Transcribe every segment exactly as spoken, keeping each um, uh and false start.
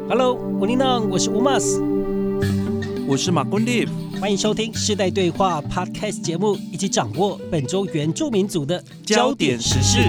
Hello， 我琳娜，我是吴马斯， 我是马坤利， 欢迎收听世代对话 Podcast 节目，一起掌握本周原住民族的焦点时事。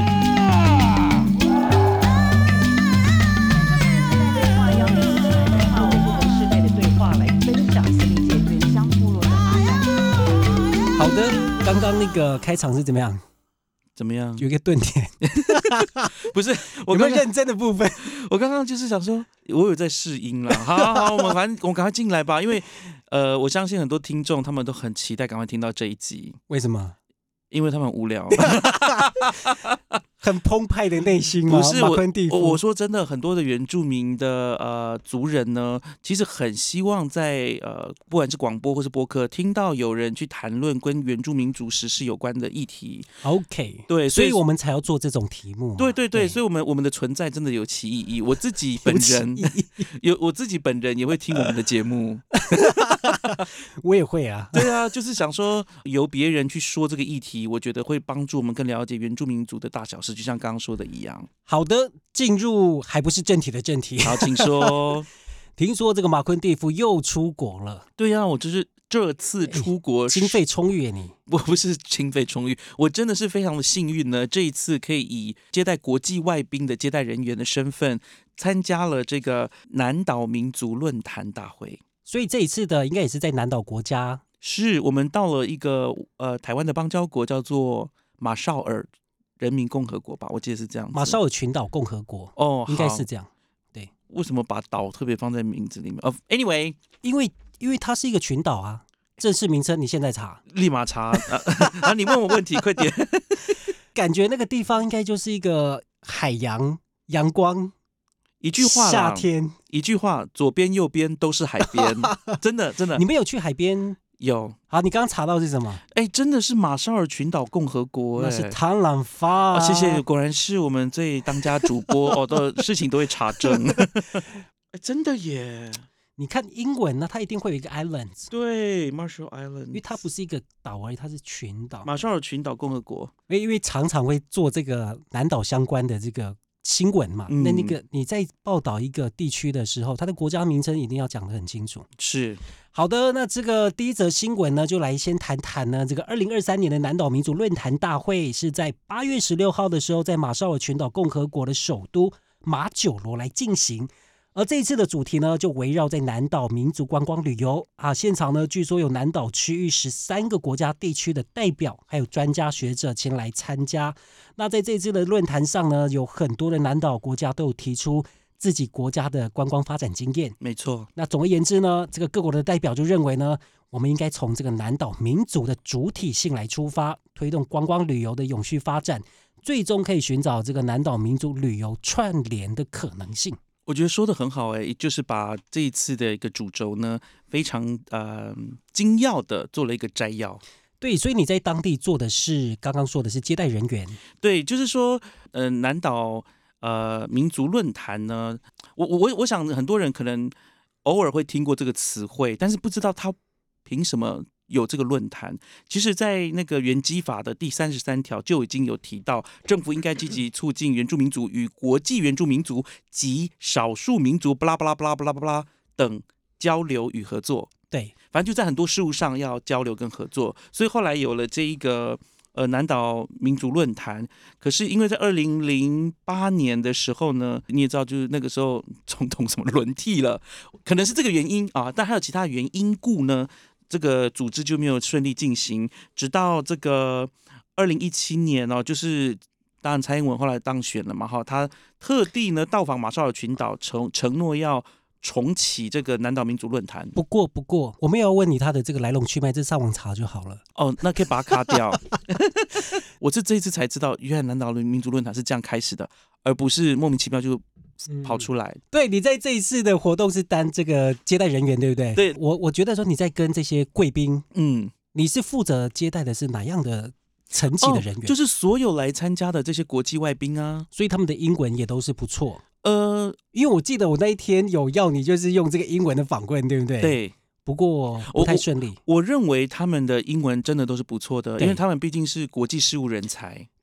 好的，刚刚那个开场是怎么样？ 怎么样？ 有一个顿点， 不是我有没有认真的部分？ 我刚刚就是想说，我有在试音啦。好好好，我们反正我们赶快进来吧，因为呃，我相信很多听众他们都很期待赶快听到这一集。 为什么？ 因为他们无聊。 很澎湃的内心吗？ 不是我， 我我说真的，很多的原住民的呃族人呢，其实很希望在呃不管是广播或是播客，听到有人去谈论跟原住民族时事有关的议题。 OK， 对， 所以我们才要做这种题目嘛。 对对 对, 对，所以我们我们的存在真的有其意义。我自己本人有, 有我自己本人也会听我们的节目。 我也会啊。 对啊，就是想说由别人去说这个议题，我觉得会帮助我们更了解原住民族的大小事，就像刚刚说的一样。 好的，进入还不是正题的正题。 好，请说。 听说这个马坤蒂夫又出国了。 对啊，我就是这次出国、 欸、经费充裕耶你。 我不是经费充裕，我真的是非常的幸运呢。这一次可以以接待国际外宾的接待人员的身份，参加了这个南岛民族论坛大会。 所以这一次的应该也是在南岛国家。 是我们到了一个呃台湾的邦交国，叫做马绍尔人民共和国吧，我记得是这样子。 马绍尔群岛共和国哦， 应该是这样。对， 为什么把岛特别放在名字里面？哦、uh, ，anyway， 因为因为它是一个群岛啊，正式名称你现在查， 立马查啊！啊你问我问题，快点。 感觉那个地方应该就是一个海洋、阳光。 一句话啦， 夏天一句话，左边右边都是海边，真的真的。 你们有去海边？ 有。 好，你刚刚查到是什么？ 哎，真的是马绍尔群岛共和国， 那是塔兰发、 哦。谢谢，果然是我们最当家主播哦，的事情都会查证。哎，真的耶！ 你看英文呢，它一定会有一个 islands。 对 ，Marshall Islands， 因为它不是一个岛而已，它是群岛。 马绍尔群岛共和国。 因为常常会做这个南岛相关的这个新闻嘛，嗯、那那个你在报道一个地区的时候，它的国家名称一定要讲得很清楚。 是。 好的，那这个第一则新闻呢，就来先谈谈呢，这个二零二三年的南岛民族论坛大会是在八月十六号的时候，在马绍尔群岛共和国的首都马九罗来进行。而这一次的主题呢，就围绕在南岛民族观光旅游啊，现场呢，据说有南岛区域十三个国家地区的代表，还有专家学者前来参加。那在这一次的论坛上呢，有很多的南岛国家都有提出自己国家的观光发展经验。 没错。 那总而言之呢，这个各国的代表就认为呢，我们应该从这个南岛民族的主体性来出发，推动观光旅游的永续发展，最终可以寻找这个南岛民族旅游串联的可能性。 我觉得说得很好哎，就是把这一次的一个主轴呢，非常呃精要的做了一个摘要。 对，所以你在当地做的是刚刚说的是接待人员。 对，就是说，呃，南岛呃民族论坛呢，我我我想很多人可能偶尔会听过这个词汇，但是不知道他凭什么有这个论坛。其实在那个原基法的第三十三条就已经有提到，政府应该积极促进原住民族与国际原住民族及少数民族巴拉巴拉巴拉巴拉巴拉等交流与合作。 对， 反正就在很多事务上要交流跟合作，所以后来有了这一个呃南岛民族论坛。可是因为在二零零八年的时候呢，你也知道，就是那个时候总统什么轮替了，可能是这个原因啊，但还有其他原因故呢，这个组织就没有顺利进行，直到这个二零一七年哦，就是当然蔡英文后来当选了嘛，哈，他特地呢到访马绍尔群岛，承承诺要重启这个南岛民族论坛。 不过不过，我没有要问你他的这个来龙去脉，这上网查就好了。 哦，那可以把它卡掉。我是这一次才知道，原来南岛民族论坛是这样开始的，而不是莫名其妙就跑出来。 嗯、对，你在这一次的活动是当这个接待人员，对不对？ 对， 我我觉得说你在跟这些贵宾， 嗯， 你是负责接待的是哪样的层级的人员？ 哦，就是所有来参加的这些国际外宾啊， 所以他们的英文也都是不错。 呃， 因为我记得我那一天有要你就是用这个英文的访问，对不对？ 对。 不过不太顺利。 我, 我, 我认为他们的英文真的都是不错的，因为他们毕竟是国际事务人才。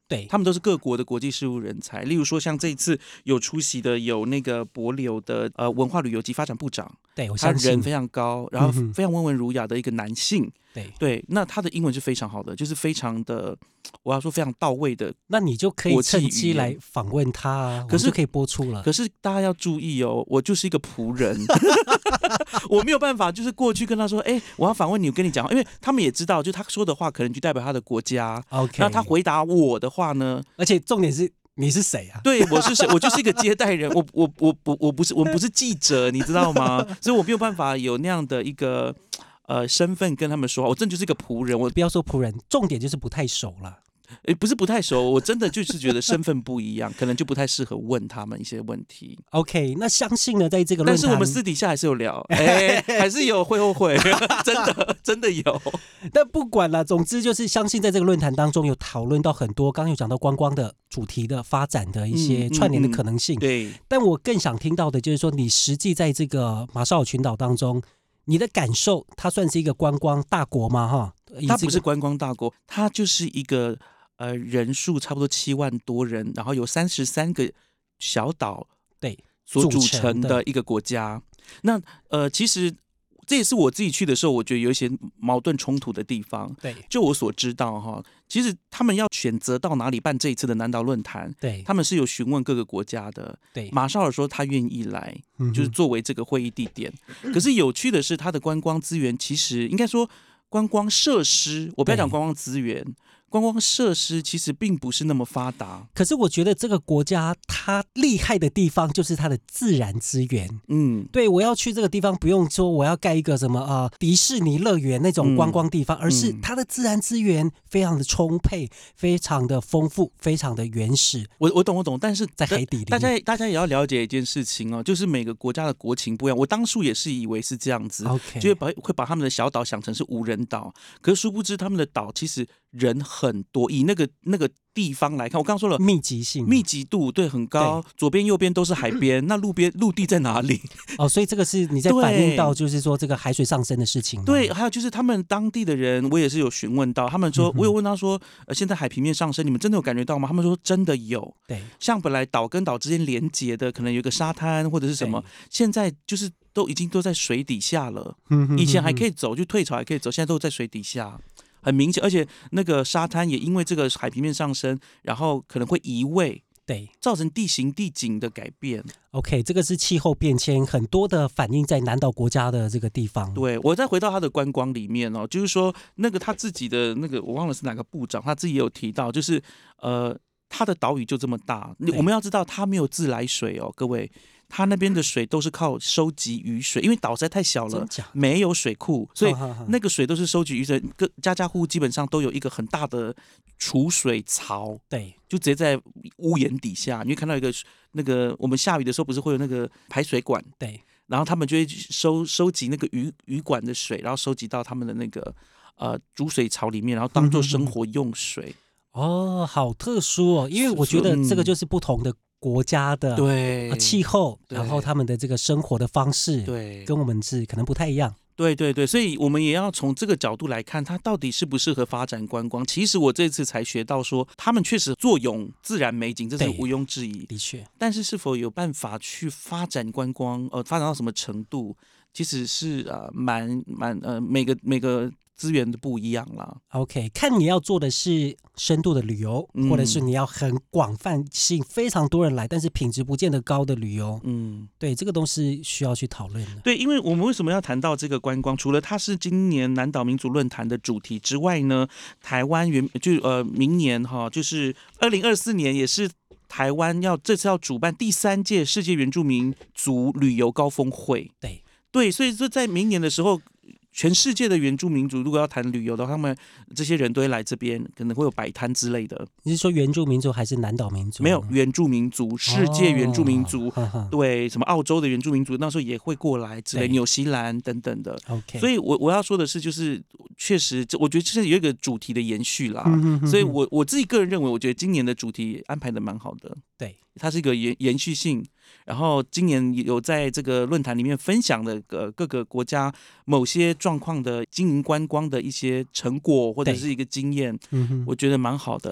对， 他们都是各国的国际事务人才。例如说，像这一次有出席的有那个帛琉的呃文化旅游及发展部长， 对我相信他人非常高，然后嗯哼非常温文儒雅的一个男性。 对， 对，那他的英文是非常好的，就是非常的，我要说非常到位的。 那你就可以国际趁机语言来访问他啊， 可是我们就可以播出了。 可是大家要注意哦，我就是一个仆人，我没有办法，就是过去跟他说，哎、我要访问你，我跟你讲话，因为他们也知道，就他说的话可能就代表他的国家。 OK， 那他回答我的话呢？ 而且重点是你是谁啊？ 对，我是谁？我就是一个接待人，我我我不我不是我们不是记者，你知道吗？所以我没有办法有那样的一个呃身份跟他们说话，我真的就是一个仆人。我不要说仆人，重点就是不太熟了。 诶不是不太熟，我真的就是觉得身份不一样，可能就不太适合问他们一些问题。 OK， 那相信呢，在这个论坛， 但是我们私底下还是有聊，哎，还是有会后会，真的真的有。 但不管了，总之就是相信在这个论坛当中有讨论到很多，刚刚有讲到观光的主题的发展的一些串联的可能性。 嗯嗯嗯、对， 但我更想听到的就是说，你实际在这个马绍尔群岛当中，你的感受，它算是一个观光大国吗？哈， 它不是观光大国，它就是一个。呃，人数差不多七万多人，然后有三十三个小岛对所组成的一个国家。那呃，其实这也是我自己去的时候，我觉得有一些矛盾冲突的地方。 对， 就我所知道哈，其实他们要选择到哪里办这一次的南岛论坛， 对， 他们是有询问各个国家的。 对， 马绍尔说他愿意来， 嗯、 就是作为这个会议地点。可是有趣的是，它的观光资源其实应该说观光设施，我不要讲观光资源。观光设施其实并不是那么发达， 可是我觉得这个国家它厉害的地方就是它的自然资源。 嗯， 对，我要去这个地方，不用说我要盖一个什么呃迪士尼乐园那种观光地方，嗯、而是它的自然资源非常的充沛，非常的丰富，非常的原始。 我我懂我懂，但是在海底里， 大家大家也要了解一件事情哦，就是每个国家的国情不一样。我当初也是以为是这样子， okay. 就会把会把他们的小岛想成是无人岛，可是殊不知他们的岛其实人很多，以那个那个地方来看，我刚刚说了密集性、 密集度对很高，左边右边都是海边，那路边陆地在哪里？ 哦，所以这个是你在反映到，就是说这个海水上升的事情。 对，还有就是他们当地的人，我也是有询问到，他们说，嗯、我有问他说，呃，现在海平面上升，你们真的有感觉到吗？他们说真的有。 对， 像本来岛跟岛之间连接的，可能有一个沙滩或者是什么，现在就是都已经都在水底下了。以前还可以走，就退潮还可以走，现在都在水底下。很明显，而且那个沙滩也因为这个海平面上升，然后可能会移位， 对， 造成地形地景的改变。 OK， 这个是气候变迁很多的反映在南岛国家的这个地方。 对，我再回到他的观光里面哦，就是说那个他自己的那个我忘了是哪个部长，他自己也有提到，就是呃，他的岛屿就这么大，我们要知道他没有自来水哦，各位。他那边的水都是靠收集雨水，因为岛实在太小了，没有水库，所以那个水都是收集雨水。各家家户户基本上都有一个很大的储水槽， 对， 就直接在屋檐底下，你会看到一个那个我们下雨的时候不是会有那个排水管， 对， 然后他们就会收收集那个雨雨管的水，然后收集到他们的那个呃储水槽里面，然后当做生活用水。 哦，好特殊哦，因为我觉得这个就是不同的国家的对、 呃、气候，然后他们的这个生活的方式， 对， 跟我们是可能不太一样。 对对对，所以我们也要从这个角度来看，它到底适不适合发展观光。其实我这次才学到说，他们确实坐拥自然美景，这是毋庸置疑。 的确， 但是是否有办法去发展观光，呃，发展到什么程度，其实是呃蛮蛮呃每个每个。资源的不一样啦 ，OK， 看你要做的是深度的旅游，嗯、或者是你要很广泛性非常多人来，但是品质不见得高的旅游，嗯，对，这个都是需要去讨论的。 对，因为我们为什么要谈到这个观光？除了它是今年南岛民族论坛的主题之外呢，台湾原就呃明年哈，就是二零二四年也是台湾要这次要主办第三届世界原住民族旅游高峰会。 对对，所以说在明年的时候。全世界的原住民族如果要谈旅游的话，他们这些人都会来这边，可能会有摆摊之类的。 你是说原住民族还是南岛民族？ 没有，原住民族，世界原住民族， 哦、呵呵对，什么澳洲的原住民族那时候也会过来之类，纽西兰等等的。 OK， 所以我我要说的是，就是确实，我觉得这是有一个主题的延续啦。 嗯、哼哼所以我我自己个人认为，我觉得今年的主题安排的蛮好的。 对， 它是一个延延续性。然后今年有在这个论坛里面分享的呃各个国家某些状况的经营观光的一些成果或者是一个经验，嗯、我觉得蛮好的。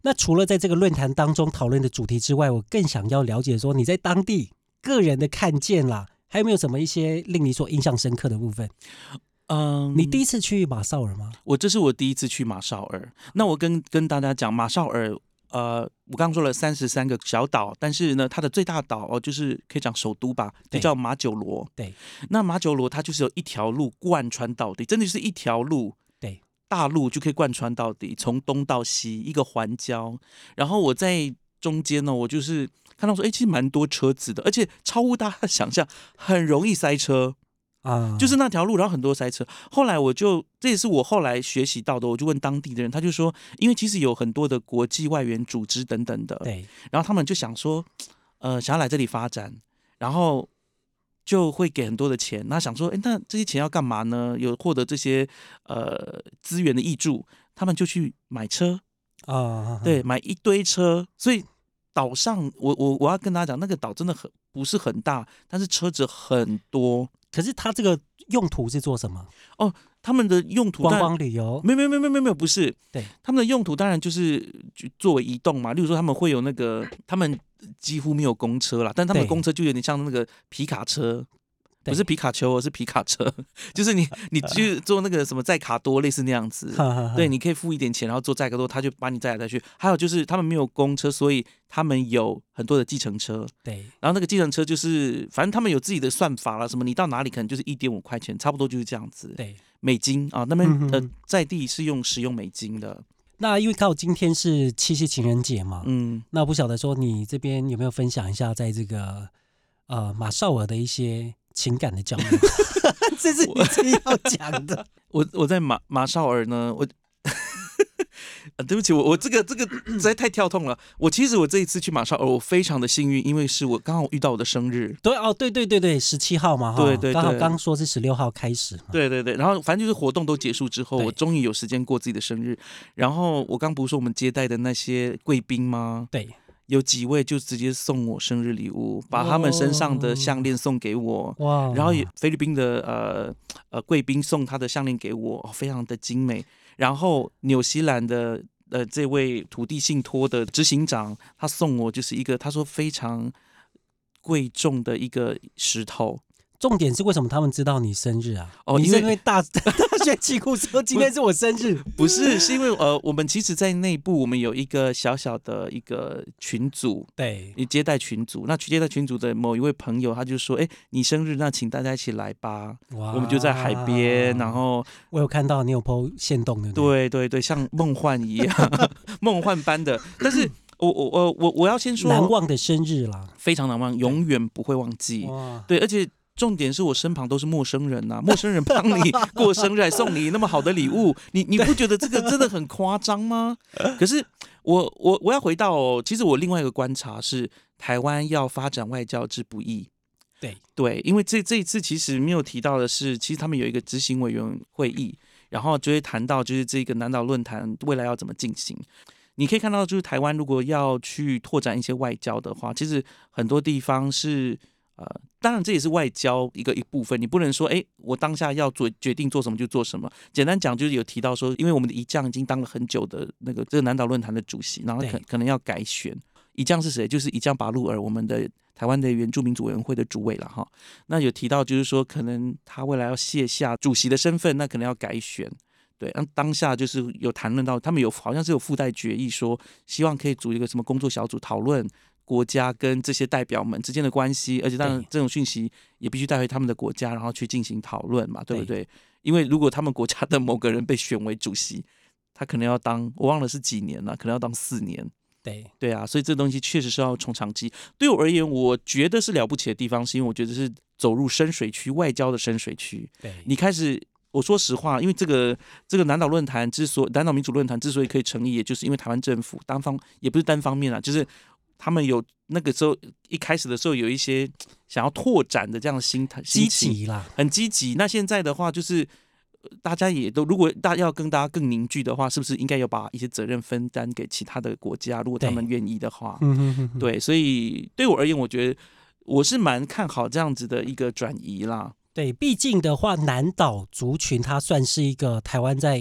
那除了在这个论坛当中讨论的主题之外，我更想要了解说你在当地个人的看见啦，还有没有什么一些令你所印象深刻的部分？ 嗯， 你第一次去马绍尔吗？ 我这是我第一次去马绍尔。那我跟跟大家讲，马绍尔，呃，我刚刚说了三十三个小岛，但是呢，它的最大岛哦，就是可以讲首都吧，就叫马九罗。 对， 那马九罗它就是有一条路贯穿到底，真的就是一条路。 对， 大路就可以贯穿到底，从东到西一个环礁。然后我在中间呢，我就是看到说，哎，其实蛮多车子的，而且超乎大家的想象，很容易塞车。 啊， 就是那条路，然后很多塞车。后来我就，这也是我后来学习到的，我就问当地的人，他就说，因为其实有很多的国际外援组织等等的， 对， 然后他们就想说，呃，想要来这里发展，然后就会给很多的钱。那想说，哎，那这些钱要干嘛呢？有获得这些呃资源的挹注，他们就去买车， 啊， 对，买一堆车。所以岛上，我我我要跟大家讲，那个岛真的很不是很大，但是车子很多。 可是它这个用途是做什么？ 哦，他们的用途观光旅游？ 没有没有没有没有没有，不是。 对， 他们的用途当然就是作为移动嘛。例如说，他们会有那个，他们几乎没有公车啦，但他们的公车就有点像那个皮卡车。不是皮卡丘，是皮卡车，就是你你去坐那个什么载卡多，类似那样子。对，你可以付一点钱，然后坐载卡多，他就把你载来载去。还有就是他们没有公车，所以他们有很多的计程车。 对， 然后那个计程车就是，反正他们有自己的算法啦，什么你到哪里可能就是一点五块钱，差不多就是这样子。 对， 美金啊，那边呃在地是用使用美金的。 那因为刚好今天是七夕情人节嘛，嗯，那不晓得说你这边有没有分享一下在这个呃马绍尔的一些情感的交流？这是你自己要讲的。 我我在马马绍尔呢，我、啊、对不起，我我这个这个实在太跳痛了。我其实我这一次去马绍尔，我非常的幸运，因为是我刚好遇到我的生日。 对哦，对对对对，十七号嘛， 对对对， 刚好刚说是十六号开始嘛。 对对对，然后反正就是活动都结束之后，我终于有时间过自己的生日。然后我刚不是说我们接待的那些贵宾吗？ 对。 有几位就直接送我生日礼物，把他们身上的项链送给我，哇！然后菲律宾的呃呃贵宾送他的项链给我，非常的精美。然后纽西兰的呃这位土地信托的执行长，他送我就是一个他说非常贵重的一个石头。 重点是为什么他们知道你生日啊？ 哦， 你是因为大大学期库说今天是我生日？ 不是，是因为呃，我们其实，在内部我们有一个小小的一个群组， 对， 你接待群组。那接待群组的某一位朋友，他就说：“哎，你生日，那请大家一起来吧。”我们就在海边，然后我有看到你有 po 限动的， 对对对，像梦幻一样，梦幻般的。但是我我我我我要先说， 难忘的生日啦， 非常难忘，永远不会忘记。对，而且。重点是我身旁都是陌生人呐、啊，陌生人帮你过生日，还送你那么好的礼物，你你不觉得这个真的很夸张吗？可是我我我要回到、哦，其实我另外一个观察是，台湾要发展外交之不易。 对对，因为这这一次其实没有提到的是，其实他们有一个执行委员会议，然后就会谈到就是这个南岛论坛未来要怎么进行。你可以看到，就是台湾如果要去拓展一些外交的话，其实很多地方是。呃，当然这也是外交一个一部分，你不能说，哎，我当下要做决定做什么就做什么。简单讲，就是有提到说，因为我们的仪将已经当了很久的那个这个南岛论坛的主席，然后可可能要改选。仪将是谁？就是仪将巴路尔，我们的台湾的原住民族委员会的主委了哈。那有提到就是说，可能他未来要卸下主席的身份，那可能要改选。对，那当下就是有谈论到，他们有好像是有附带决议说，希望可以组一个什么工作小组讨论。国家跟这些代表们之间的关系，而且当然这种讯息也必须带回他们的国家，然后去进行讨论嘛，对不对？对，因为如果他们国家的某个人被选为主席，他可能要当我忘了是几年了，可能要当四年。 对对啊，所以这东西确实是要从长计。对我而言，我觉得是了不起的地方，是因为我觉得是走入深水区，外交的深水区。 对， 你开始。我说实话，因为这个这个南岛论坛之所南岛民主论坛之所以可以成立，也就是因为台湾政府单方也不是单方面啦，就是他们有那个时候一开始的时候有一些想要拓展的这样的心态， 积极啦， 很积极。那现在的话，就是大家也都如果大家要跟大家更凝聚的话，是不是应该要把一些责任分担给其他的国家？如果他们愿意的话，对，所以对我而言，我觉得我是蛮看好这样子的一个转移啦。 对，毕竟的话，南岛族群它算是一个台湾在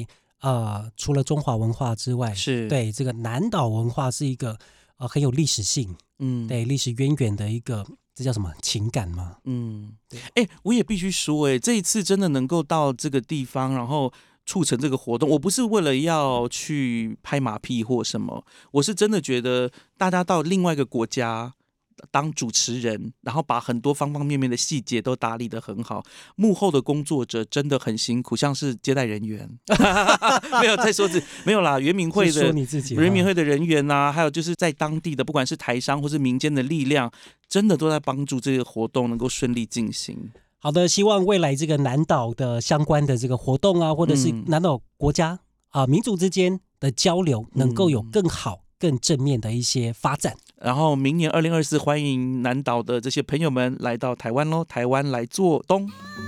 呃，除了中华文化之外， 是对这个南岛文化是一个呃很有历史性， 嗯， 对历史渊源的一个，这叫什么情感吗？ 嗯，哎、欸，我也必须说、欸，哎，这一次真的能够到这个地方，然后促成这个活动，我不是为了要去拍马屁或什么，我是真的觉得大家到另外一个国家当主持人，然后把很多方方面面的细节都打理得很好，幕后的工作者真的很辛苦，像是接待人员，没有在说这没有啦，原民会的原民会的人员啊，还有就是在当地的不管是台商或是民间的力量，真的都在帮助这个活动能够顺利进行。 好的，希望未来这个南岛的相关的这个活动啊，或者是南岛国家啊、呃、民族之间的交流，能够有更好、嗯、更正面的一些发展。 然后明年二零二四，欢迎南岛的这些朋友们来到台湾喽，台湾来做东。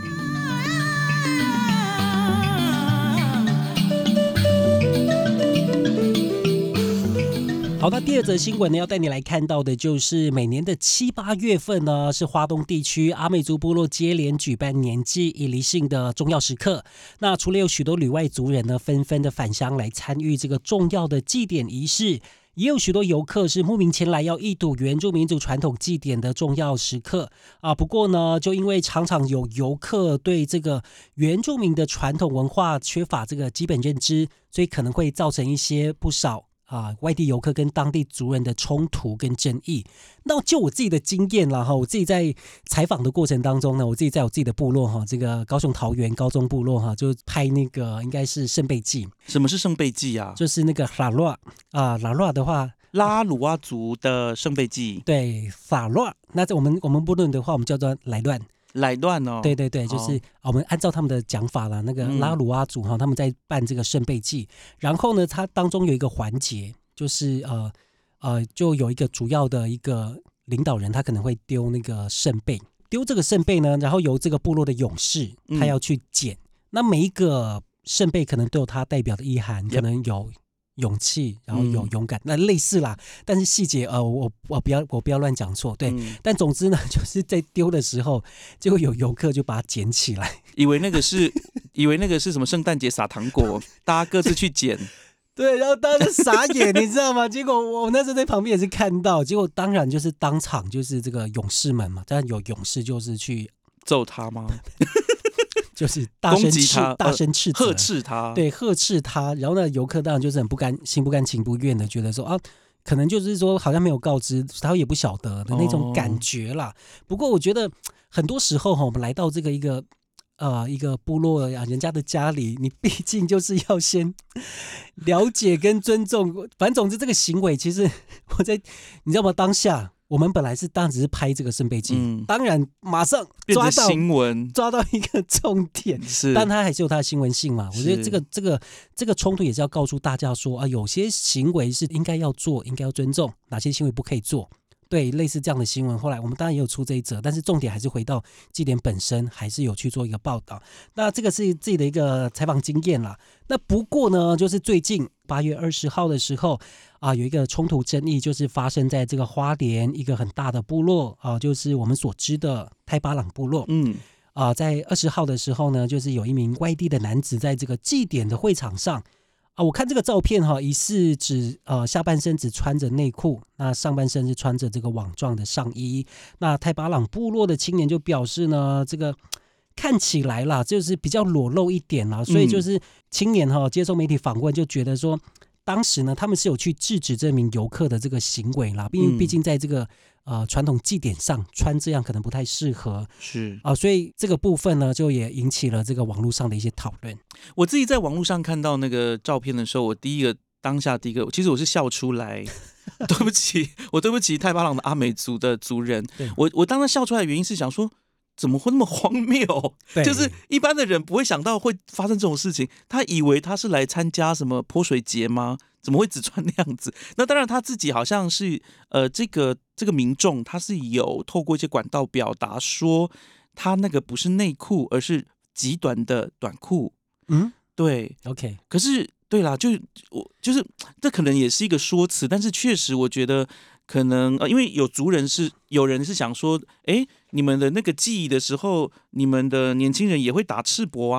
好，那第二则新闻呢，要带你来看到的就是每年的七八月份呢，是花东地区阿美族部落接连举办年祭以离性的重要时刻。那除了有许多旅外族人呢，纷纷的返乡来参与这个重要的祭典仪式，也有许多游客是慕名前来要一睹原住民族传统祭典的重要时刻啊。不过呢，就因为常常有游客对这个原住民的传统文化缺乏这个基本认知，所以可能会造成一些不少啊，外地游客跟当地族人的冲突跟争议。那就我自己的经验啦哈，我自己在采访的过程当中呢，我自己在我自己的部落哈，这个高雄桃园高中部落哈，就拍那个应该是圣贝祭。 什么是圣贝祭啊？ 就是那个拉洛啊，拉洛的话， 拉鲁哇族的圣贝祭。 对，法洛。那在我们我们部落的话，我们叫做来乱。 来乱哦， 对对对，就是、哦、我们按照他们的讲法啦，那个拉鲁阿族哈、嗯，他们在办这个圣贝祭，然后呢，它当中有一个环节，就是呃呃，就有一个主要的一个领导人，他可能会丢那个圣贝，丢这个圣贝呢，然后由这个部落的勇士他要去捡、嗯，那每一个圣贝可能都有它代表的意涵，可能有勇气，然后有勇敢，嗯、那类似啦。但是细节呃，我我不要我不要乱讲错，对、嗯。但总之呢，就是在丢的时候，就有游客就把它捡起来， 以为那个是以为那个是什么圣诞节撒糖果，大家各自去捡。 对，然后大家就傻眼，你知道吗？结果我那时候在旁边也是看到，结果当然就是当场就是这个勇士们嘛，当然有勇士就是去揍他吗？ 就是大声斥他大声斥责、 呵斥他， 对，呵斥他。然后呢，游客当然就是很不甘心不甘情不愿的，觉得说啊，可能就是说好像没有告知，他也不晓得的那种感觉啦。哦、不过我觉得很多时候哈，我们来到这个一个呃一个部落呀，人家的家里，你毕竟就是要先了解跟尊重。反正总之这个行为，其实我在你知道吗？当下。我们本来是当然只是拍这个圣贝祭、嗯，当然马上抓到新闻， 抓到一个重点， 是， 但它还是有它的新闻性嘛。我觉得这个这个这个冲突也是要告诉大家说啊，有些行为是应该要做，应该要尊重，哪些行为不可以做。对，类似这样的新闻，后来我们当然也有出这一则，但是重点还是回到祭典本身，还是有去做一个报道。那这个是自己的一个采访经验啦。那不过呢，就是最近八月二十号的时候啊，有一个冲突争议，就是发生在这个花莲一个很大的部落啊，就是我们所知的太巴朗部落。嗯，啊，在二十号的时候呢，就是有一名外地的男子在这个祭典的会场上。啊，我看这个照片哈，疑似只呃下半身只穿着内裤，那上半身是穿着这个网状的上衣。那太巴朗部落的青年就表示呢，这个看起来啦，就是比较裸露一点啦，所以就是青年哈接受媒体访问就觉得说，当时呢他们是有去制止这名游客的这个行为啦，因为毕竟在这个呃传统祭典上穿这样可能不太适合， 是啊、呃，所以这个部分呢就也引起了这个网络上的一些讨论。 我自己在网络上看到那个照片的时候，我第一个当下第一个，其实我是笑出来。对不起，我对不起太巴朗的阿美族的族人。我我当时笑出来的原因是想说，怎么会那么荒谬？就是一般的人不会想到会发生这种事情。他以为他是来参加什么泼水节吗？怎么会只穿那样子？那当然他自己好像是呃，这个这个民众他是有透过一些管道表达说，他那个不是内裤，而是极短的短裤。嗯，对 ，OK。 可是对啦，就我就是这可能也是一个说辞，但是确实我觉得可能呃，因为有族人是有人是想说，哎，你们的那个祭仪的时候，你们的年轻人也会打赤膊啊。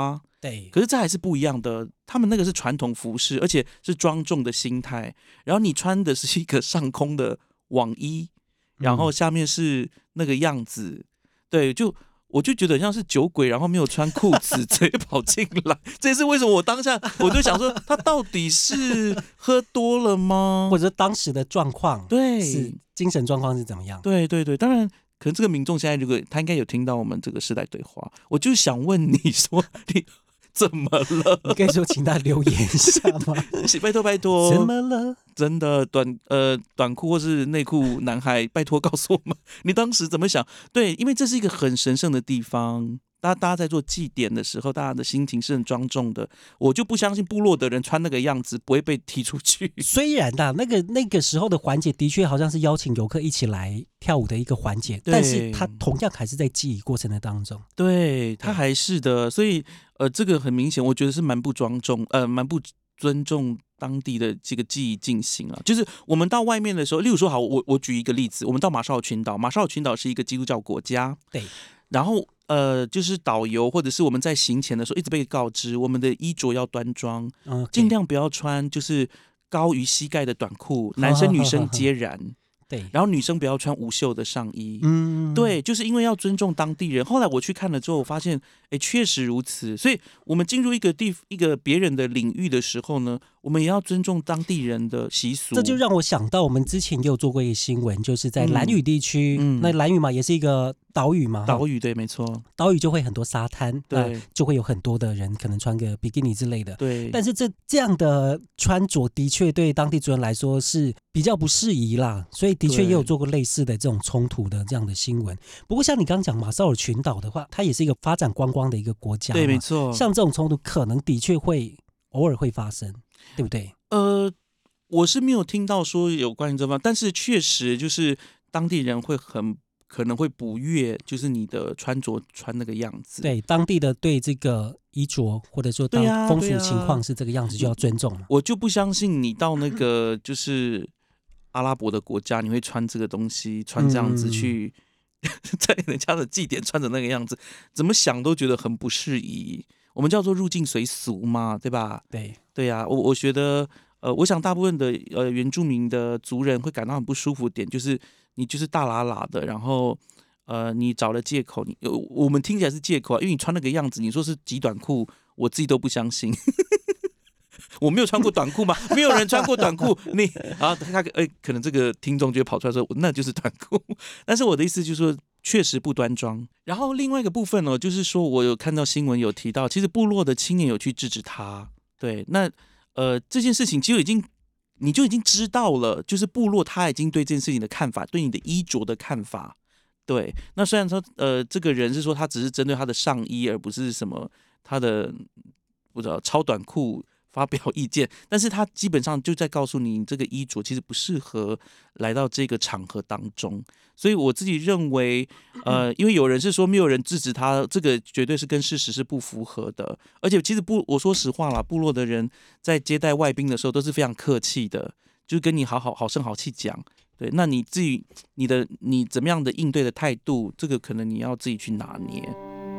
对， 可是这还是不一样的，他们那个是传统服饰，而且是庄重的心态。然后你穿的是一个上空的网衣，然后下面是那个样子，嗯、对，就我就觉得像是酒鬼，然后没有穿裤子直接跑进来。这也是为什么我当下我就想说，他到底是喝多了吗？ 或者当时的状况， 对， 是精神状况是怎么样？ 对对对，当然。可能这个民众现在如果他应该有听到我们这个世代对话，我就想问你说你怎么了？ 你可以说请他留言一下吗？ 拜托拜托， 怎么了？ 真的短呃短裤或是内裤男孩，拜托告诉我们你当时怎么想？对，因为这是一个很神圣的地方。大家大家在做祭典的时候，大家的心情是很庄重的。我就不相信部落的人穿那个样子不会被踢出去。 虽然呐、啊，那个那个时候的环节的确好像是邀请游客一起来跳舞的一个环节，但是它同样还是在记忆过程的当中。 对，它还是的，所以呃，这个很明显，我觉得是蛮不庄重，呃，蛮不尊重当地的这个记忆进行啊。就是我们到外面的时候，例如说，好，我我举一个例子，我们到马绍尔群岛，马绍尔群岛是一个基督教国家， 对， 然后。呃，就是导游或者是我们在行前的时候，一直被告知我们的衣着要端庄， okay. 尽量不要穿就是高于膝盖的短裤，男生女生皆然。 对， 然后女生不要穿无袖的上衣， 嗯， 对，就是因为要尊重当地人。后来我去看了之后，我发现，哎，确实如此。所以，我们进入一个地一个别人的领域的时候呢，我们也要尊重当地人的习俗。 这就让我想到，我们之前也有做过一个新闻，就是在兰屿地区， 嗯、 那兰屿嘛，也是一个岛屿嘛， 岛屿对，没错， 岛屿就会很多沙滩， 对， 就会有很多的人可能穿个比基尼之类的， 对。 但是这这样的穿着的确对当地族人来说是比较不适宜啦，所以的确也有做过类似的这种冲突的这样的新闻。不过像你刚刚讲马绍尔群岛的话，它也是一个发展观光的一个国家， 对，没错。 像这种冲突可能的确会偶尔会发生，对不对？ 呃，我是没有听到说有关于这方，但是确实就是当地人会很可能会不悦，就是你的穿着穿那个样子。 对，当地的对这个衣着或者说当风俗情况是这个样子，就要尊重了。 我就不相信你到那个就是阿拉伯的国家，你会穿这个东西，穿这样子去、嗯、在人家的祭典穿着那个样子，怎么想都觉得很不适宜。我们叫做入境随俗嘛，对吧？ 对对呀、啊，我我觉得，呃，我想大部分的呃原住民的族人会感到很不舒服的点，就是你就是大喇喇的，然后呃，你找了借口，你我们听起来是借口啊，因为你穿那个样子，你说是极短裤，我自己都不相信。我没有穿过短裤吗？没有人穿过短裤。你啊，他哎，可能这个听众就会跑出来说，那就是短裤。但是我的意思就是说，确实不端庄。然后另外一个部分呢、哦，就是说我有看到新闻有提到，其实部落的青年有去制止他。对，那呃这件事情其实已经你就已经知道了，就是部落他已经对这件事情的看法，对你的衣着的看法。对，那虽然说呃这个人是说他只是针对他的上衣，而不是什么他的不知道超短裤发表意见，但是他基本上就在告诉你，你这个衣着其实不适合来到这个场合当中。所以我自己认为，呃，因为有人是说没有人制止他，这个绝对是跟事实是不符合的。而且其实部，我说实话啦，部落的人在接待外宾的时候都是非常客气的，就是跟你好好好声好气讲。对，那你自己你的你怎么样的应对的态度，这个可能你要自己去拿捏。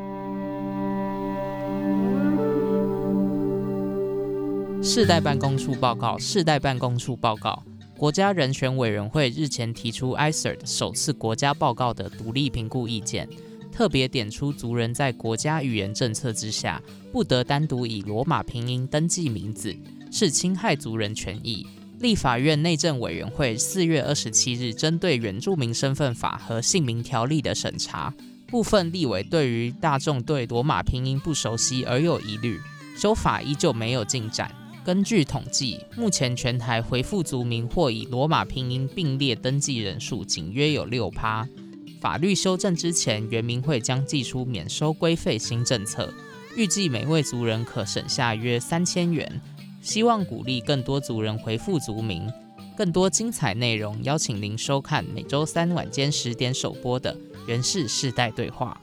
世代办公处报告，世代办公处报告。国家人权委员会日前提出 I C E R 首次国家报告的独立评估意见，特别点出族人在国家语言政策之下，不得单独以罗马拼音登记名字，是侵害族人权益。立法院内政委员会四月二十七日针对原住民身份法和姓名条例的审查，部分立委对于大众对罗马拼音不熟悉而有疑虑，修法依旧没有进展。根据统计，目前全台回复族民或以罗马拼音并列登记人数仅约有 百分之六。法律修正之前，原民会将祭出免收规费新政策，预计每位族人可省下约三千元，希望鼓励更多族人回复族民。更多精彩内容，邀请您收看每周三晚间十点首播的《原氏世代对话》。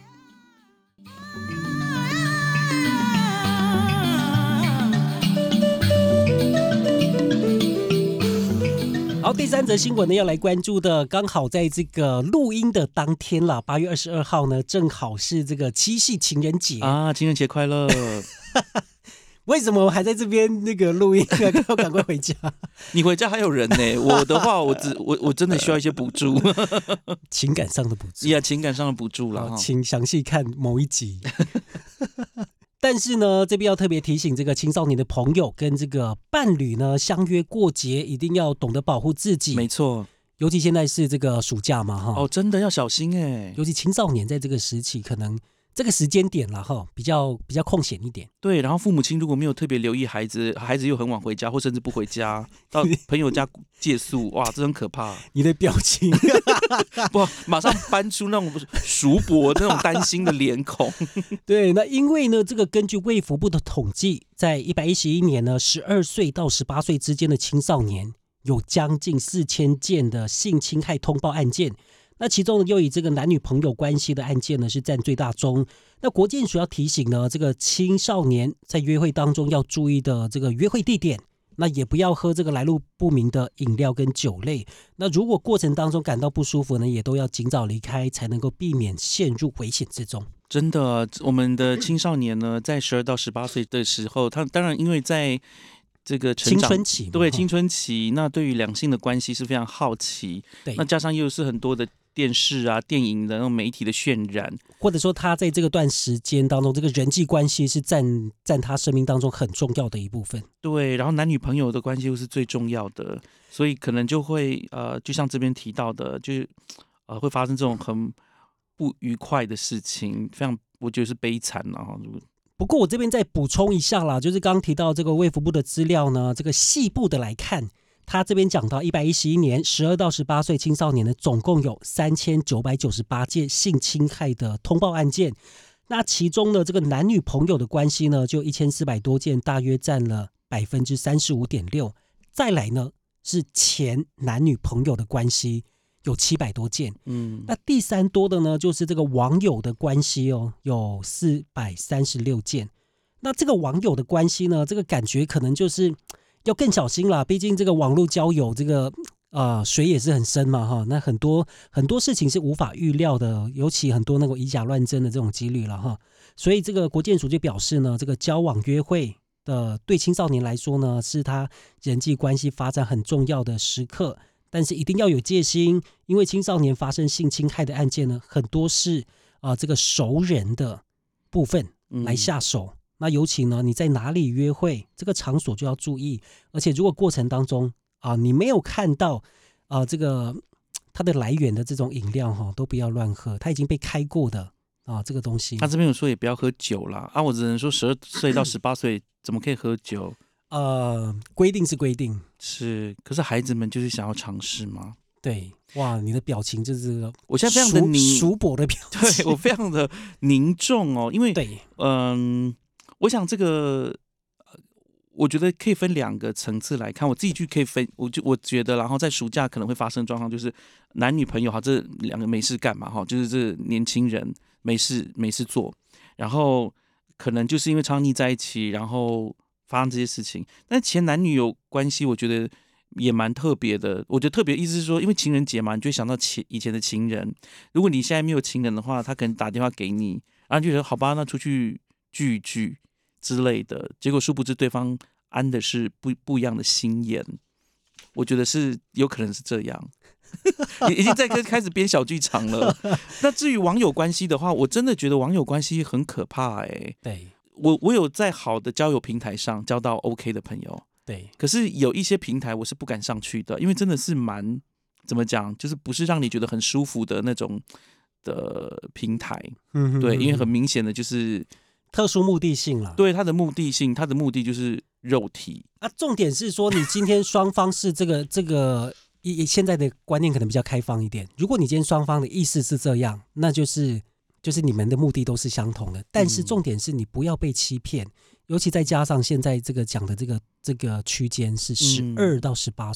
好，第三则新闻呢，要来关注的，刚好在这个录音的当天啦，八月二十二号呢，正好是这个七夕情人节啊，情人节快乐！ 为什么我还在这边那个录音？要赶快回家。 你回家还有人呢，我的话，我只我我真的需要一些补助， 情感上的补助， 呀，情感上的补助了， 请详细看某一集。但是呢，这边要特别提醒这个青少年的朋友跟这个伴侣呢，相约过节一定要懂得保护自己。 没错， 尤其现在是这个暑假嘛，哈。 哦，真的要小心哎。 尤其青少年在这个时期，可能这个时间点啦，哈，比较比较空闲一点。 对，然后父母亲如果没有特别留意孩子，孩子又很晚回家，或甚至不回家，到朋友家借宿，哇，这很可怕。 你的表情， 不，马上搬出那种叔伯那种担心的脸孔。 对，那因为呢，这个根据卫福部的统计，在一百一十一年呢，十二岁到十八岁之间的青少年有将近四千件的性侵害通报案件。那其中呢，又以这个男女朋友关系的案件呢是占最大宗。那国健署要提醒呢，这个青少年在约会当中要注意的这个约会地点，那也不要喝这个来路不明的饮料跟酒类。那如果过程当中感到不舒服呢，也都要尽早离开，才能够避免陷入危险之中。 真的，我们的青少年呢，在十二到十八岁的时候，他当然因为在这个成长青春期， 对青春期，那对于两性的关系是非常好奇， 对， 那加上又是很多的电视啊、电影的那种媒体的渲染， 或者说他在这个段时间当中，这个人际关系是占占他生命当中很重要的一部分。 对，然后男女朋友的关系又是最重要的，所以可能就会呃，就像这边提到的，就是呃，会发生这种很不愉快的事情，非常我觉得是悲惨啊。 不过我这边再补充一下啦，就是刚刚提到这个卫福部的资料呢，这个细部的来看。他这边讲到，一百一十一年十二到十八岁青少年呢，总共有三千九百九十八件性侵害的通报案件。那其中呢，这个男女朋友的关系呢，就一千四百多件，大约占了百分之三十五点六。再来呢，是前男女朋友的关系，有七百多件。嗯，那第三多的呢，就是这个网友的关系哦，有四百三十六件。那这个网友的关系呢，这个感觉可能就是。要更小心啦，毕竟这个网络交友，这个呃水也是很深嘛哈。那很多很多事情是无法预料的，尤其很多那个以假乱真的这种几率了哈。所以这个国健署就表示呢，这个交往约会的对青少年来说呢，是他人际关系发展很重要的时刻，但是一定要有戒心，因为青少年发生性侵害的案件呢，很多是啊、呃、这个熟人的部分来下手。嗯那尤其呢，你在哪里约会，这个场所就要注意。而且如果过程当中啊、呃，你没有看到啊、呃、这个它的来源的这种饮料哈，都不要乱喝，它已经被开过的啊这个东西。 他这边有说也不要喝酒啦啊，我只能说十二岁到十八岁怎么可以喝酒？ 呃，规定是规定， 是，可是孩子们就是想要尝试吗？ 对，哇，你的表情就是我现在非常的凝叔伯的表情， 对我非常的凝重哦，因为对， 嗯。我想这个，我觉得可以分两个层次来看。我自己去可以分，我就我觉得，然后在暑假可能会发生的状况，就是男女朋友哈，这两个没事干嘛哈，就是这年轻人没事没事做，然后可能就是因为常腻在一起，然后发生这些事情。但前男女友关系，我觉得也蛮特别的。我觉得特别意思是说，因为情人节嘛，你就会想到前以前的情人。如果你现在没有情人的话，他可能打电话给你，然后就觉得好吧，那出去聚一聚。之类的，结果殊不知对方安的是不不一样的心眼，我觉得是有可能是这样，已经在开始编小剧场了。那至于网友关系的话，我真的觉得网友关系很可怕哎、欸。 对， 我我有在好的交友平台上交到 OK 的朋友， 对， 可是有一些平台我是不敢上去的，因为真的是蛮怎么讲，就是不是让你觉得很舒服的那种的平台。嗯，对，因为很明显的就是。 特殊目的性了， 对，它的目的性，它的目的就是肉体啊。重点是说，你今天双方是这个这个，现在的观念可能比较开放一点。如果你今天双方的意思是这样，那就是就是你们的目的都是相同的。但是重点是你不要被欺骗，嗯、尤其再加上现在这个讲的这个这个区间是十二到十八岁。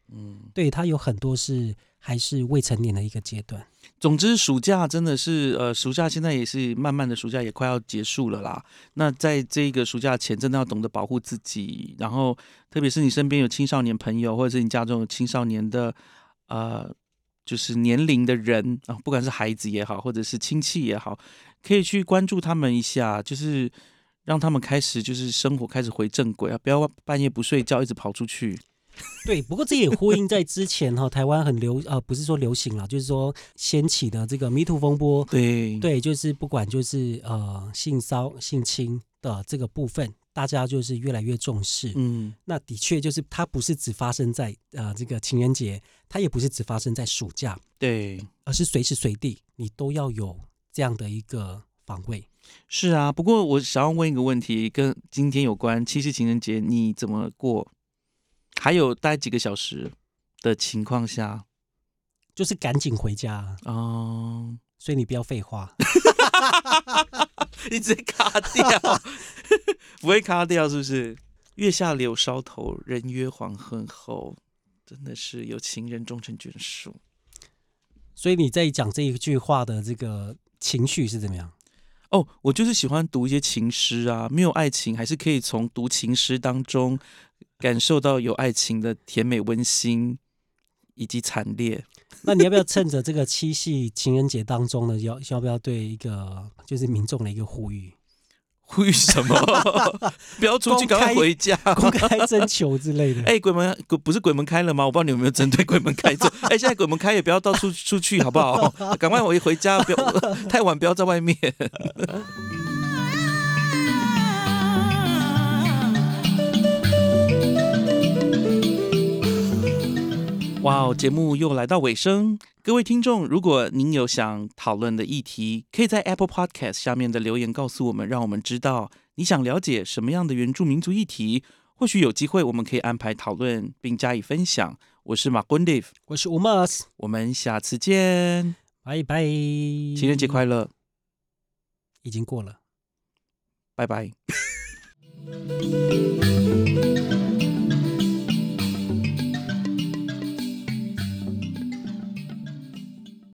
嗯， 对，他有很多是还是未成年的一个阶段。 总之暑假真的是呃，暑假现在也是慢慢的，暑假也快要结束了啦。那在这个暑假前，真的要懂得保护自己，然后特别是你身边有青少年朋友，或者是你家中有青少年的呃，就是年龄的人啊，不管是孩子也好，或者是亲戚也好，可以去关注他们一下，就是让他们开始就是生活开始回正轨啊，不要半夜不睡觉一直跑出去。 对，不过这也呼应在之前哈、台湾很流呃，不是说流行了，就是说掀起的这个 Me Too 风波。 对对，就是不管就是呃性骚性侵的这个部分，大家就是越来越重视。 嗯， 那的确就是它不是只发生在呃这个情人节，它也不是只发生在暑假， 对， 而是随时随地你都要有这样的一个防卫。 是啊。不过我想要问一个问题，跟今天有关，七夕情人节你怎么过？还有大概几个小时的情况下， 就是赶紧回家， 哦， 所以你不要废话。 你直接卡掉，不会卡掉是不是？月下柳梢头，人约黄昏后，真的是有情人终成眷属。 所以你在讲这一句话的这个情绪是怎么样？ 哦，我就是喜欢读一些情诗啊，没有爱情，还是可以从读情诗当中感受到有爱情的甜美温馨以及惨烈。 那你要不要趁着这个七夕情人节当中呢，要要不要对一个就是民众的一个呼吁， 呼吁什么？不要出去，赶快回家。 公开征求之类的？ 哎、欸，鬼门不是鬼门开了吗？我不知道你有没有针对鬼门开这。哎、欸，现在鬼门开也不要到处出去，好不好？赶快回回家，不要太晚，不要在外面。哇哦，节目又来到尾声。各位听众，如果您有想讨论的议题，可以在 Apple Podcast 下面的留言告诉我们，让我们知道你想了解什么样的原住民族议题。或许有机会，我们可以安排讨论并加以分享。我是马坤 Dave， 我是吴 Mas， 我们下次见， 拜拜， 情人节快乐， 已经过了， 拜拜。